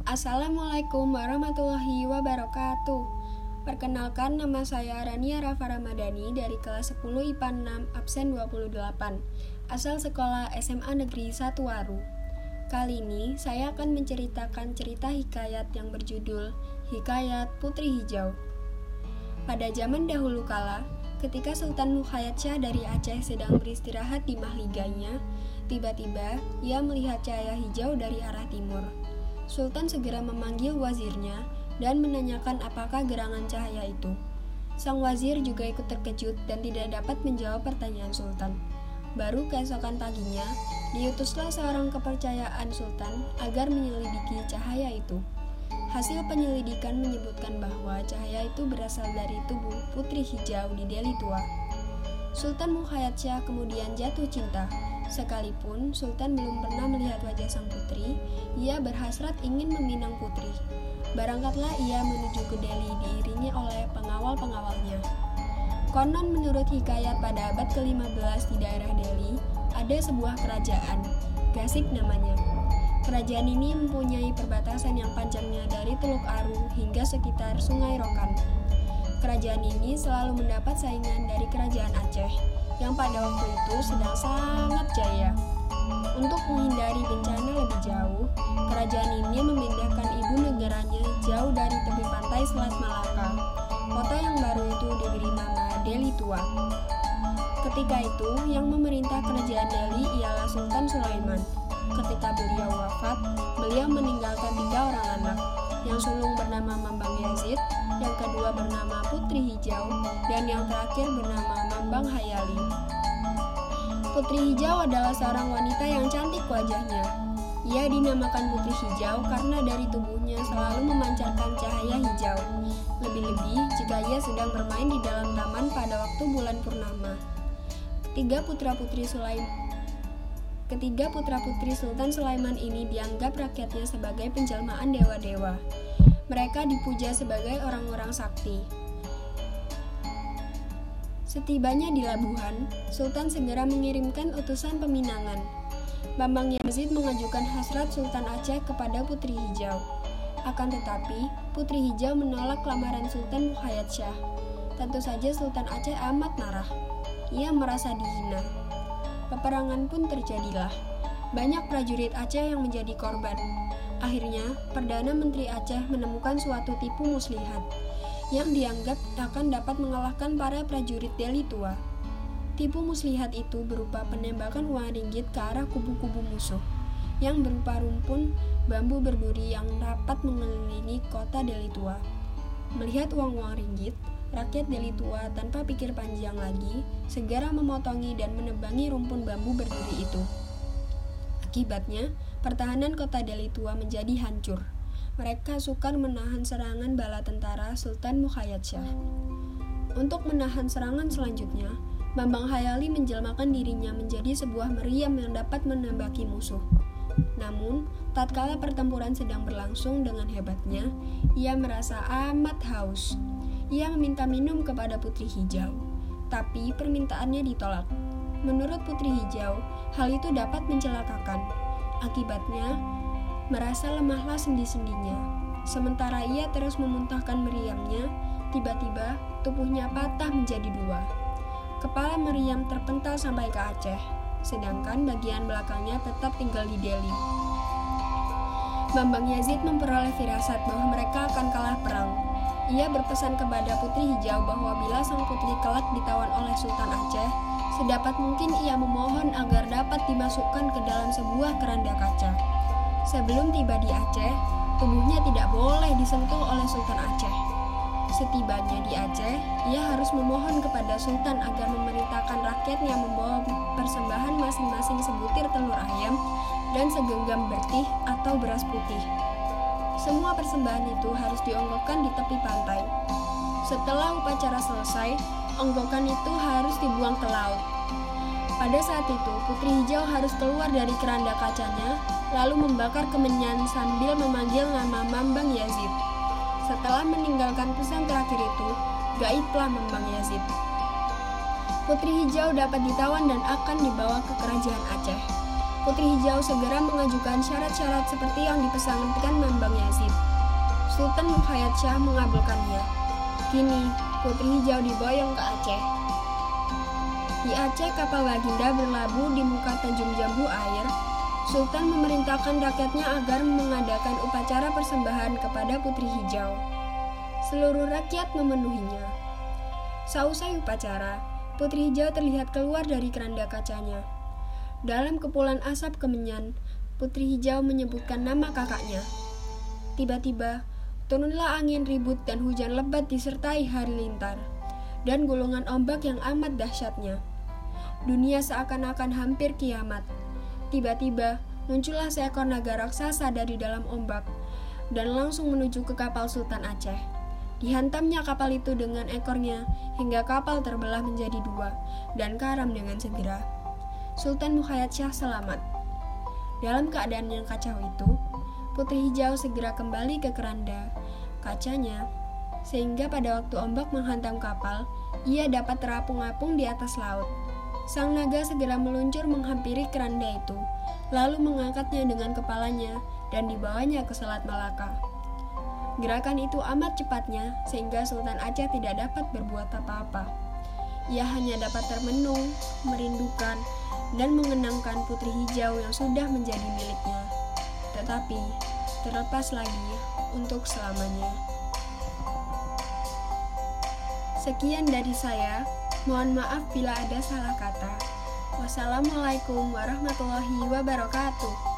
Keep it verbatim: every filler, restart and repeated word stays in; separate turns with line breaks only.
Assalamualaikum warahmatullahi wabarakatuh. Perkenalkan, nama saya Rania Rafa Ramadhani dari kelas sepuluh I P A enam absen dua puluh delapan, asal sekolah S M A Negeri satu Waru. Kali ini saya akan menceritakan cerita hikayat yang berjudul Hikayat Putri Hijau. Pada zaman dahulu kala, ketika Sultan Mukhayat Shah dari Aceh sedang beristirahat di mahliganya, tiba-tiba ia melihat cahaya hijau dari arah timur. Sultan segera memanggil wazirnya dan menanyakan apakah gerangan cahaya itu. Sang wazir juga ikut terkejut dan tidak dapat menjawab pertanyaan Sultan. Baru keesokan paginya, diutuslah seorang kepercayaan Sultan agar menyelidiki cahaya itu. Hasil penyelidikan menyebutkan bahwa cahaya itu berasal dari tubuh putri hijau di Delhi Tua. Sultan Mukhayat Shah kemudian jatuh cinta. Sekalipun Sultan belum pernah melihat wajah sang putri, ia berhasrat ingin meminang putri. Berangkatlah ia menuju ke Delhi diiringi oleh pengawal-pengawalnya. Konon menurut hikayat pada abad ke lima belas di daerah Delhi, ada sebuah kerajaan, Gasik namanya. Kerajaan ini mempunyai perbatasan yang panjangnya dari Teluk Aru hingga sekitar Sungai Rokan. Kerajaan ini selalu mendapat saingan dari kerajaan Aceh, yang pada waktu itu sedang sangat jaya. Untuk menghindari bencana lebih jauh, kerajaan ini memindahkan ibu negaranya jauh dari tepi pantai Selat Malaka. Kota yang baru itu diberi nama Delhi Tua. Ketika itu, yang memerintah kerajaan Delhi ialah Sultan Sulaiman. Ketika beliau wafat, beliau meninggalkan tiga orang anak. Yang sulung bernama Mambang Yazid, yang kedua bernama Putri Hijau, dan yang terakhir bernama Mambang Hayali. Putri Hijau adalah seorang wanita yang cantik wajahnya. Ia dinamakan Putri Hijau karena dari tubuhnya selalu memancarkan cahaya hijau. Lebih-lebih jika ia sedang bermain di dalam taman pada waktu bulan purnama. Ketiga putra-putri Sulaiman Ketiga putra-putri Sultan Sulaiman ini dianggap rakyatnya sebagai penjelmaan dewa-dewa. Mereka dipuja sebagai orang-orang sakti. Setibanya di Labuhan, Sultan segera mengirimkan utusan peminangan. Bambang Yazid mengajukan hasrat Sultan Aceh kepada Putri Hijau. Akan tetapi, Putri Hijau menolak lamaran Sultan Mukhayat Shah. Tentu saja Sultan Aceh amat marah. Ia merasa dihina. Peperangan pun terjadilah. Banyak prajurit Aceh yang menjadi korban. Akhirnya, Perdana Menteri Aceh menemukan suatu tipu muslihat yang dianggap akan dapat mengalahkan para prajurit Delhi Tua. Tipu muslihat itu berupa penembakan uang ringgit ke arah kubu-kubu musuh, yang berupa rumpun bambu berduri yang rapat mengelilingi kota Delhi Tua. Melihat uang-uang ringgit, rakyat Delhi Tua tanpa pikir panjang lagi segera memotongi dan menebangi rumpun bambu berduri itu. Akibatnya, pertahanan kota Delhi Tua menjadi hancur. Mereka sukar menahan serangan bala tentara Sultan Mukhayat Shah. Untuk menahan serangan selanjutnya, Mambang Hayali menjelmakan dirinya menjadi sebuah meriam yang dapat menembaki musuh. Namun, tatkala pertempuran sedang berlangsung dengan hebatnya, ia merasa amat haus. Ia meminta minum kepada Putri Hijau, tapi permintaannya ditolak. Menurut Putri Hijau, hal itu dapat mencelakakan. Akibatnya, merasa lemahlah sendi-sendinya. Sementara ia terus memuntahkan meriamnya, tiba-tiba tubuhnya patah menjadi dua. Kepala meriam terpental sampai ke Aceh, sedangkan bagian belakangnya tetap tinggal di Delhi. Bambang Yazid memperoleh firasat bahwa mereka akan kalah perang. Ia berpesan kepada Putri Hijau bahwa bila sang putri kelak ditawan oleh Sultan Aceh, sedapat mungkin ia memohon agar dapat dimasukkan ke dalam sebuah keranda kaca. Sebelum tiba di Aceh, tubuhnya tidak boleh disentuh oleh Sultan Aceh. Setibanya di Aceh, ia harus memohon kepada Sultan agar memerintahkan rakyatnya membawa persembahan masing-masing sebutir telur ayam dan segenggam bertih atau beras putih. Semua persembahan itu harus dionggokkan di tepi pantai. Setelah upacara selesai, onggokan itu harus dibuang ke laut. Pada saat itu, Putri Hijau harus keluar dari keranda kacanya, lalu membakar kemenyan sambil memanggil nama Mambang Yazid. Setelah meninggalkan pesan terakhir itu, gaiblah Mambang Yazid. Putri Hijau dapat ditawan dan akan dibawa ke kerajaan Aceh. Putri Hijau segera mengajukan syarat-syarat seperti yang dipesankan Mambang Yazid. Sultan Muhayyad Shah mengabulkannya. Kini, Putri Hijau diboyong ke Aceh. Di Aceh, kapal Baginda berlabuh di muka Tanjung Jambu Air. Sultan memerintahkan rakyatnya agar mengadakan upacara persembahan kepada Putri Hijau. Seluruh rakyat memenuhinya. Sausai upacara, Putri Hijau terlihat keluar dari keranda kacanya. Dalam kepulan asap kemenyan, Putri Hijau menyebutkan nama kakaknya. Tiba-tiba, turunlah angin ribut dan hujan lebat disertai halilintar, dan gulungan ombak yang amat dahsyatnya. Dunia seakan-akan hampir kiamat. Tiba-tiba, muncullah seekor naga raksasa dari dalam ombak, dan langsung menuju ke kapal Sultan Aceh. Dihantamnya kapal itu dengan ekornya, hingga kapal terbelah menjadi dua, dan karam dengan segera. Sultan Muhayyad Shah selamat. Dalam keadaan yang kacau itu, Putri Hijau segera kembali ke keranda kacanya, sehingga pada waktu ombak menghantam kapal, ia dapat terapung-apung di atas laut. Sang naga segera meluncur menghampiri keranda itu, lalu mengangkatnya dengan kepalanya dan dibawanya ke Selat Malaka. Gerakan itu amat cepatnya, sehingga Sultan Aceh tidak dapat berbuat apa-apa. Ia hanya dapat termenung, merindukan, dan mengenangkan Putri Hijau yang sudah menjadi miliknya, tetapi terlepas lagi untuk selamanya. Sekian dari saya. Mohon maaf bila ada salah kata. Wassalamualaikum warahmatullahi wabarakatuh.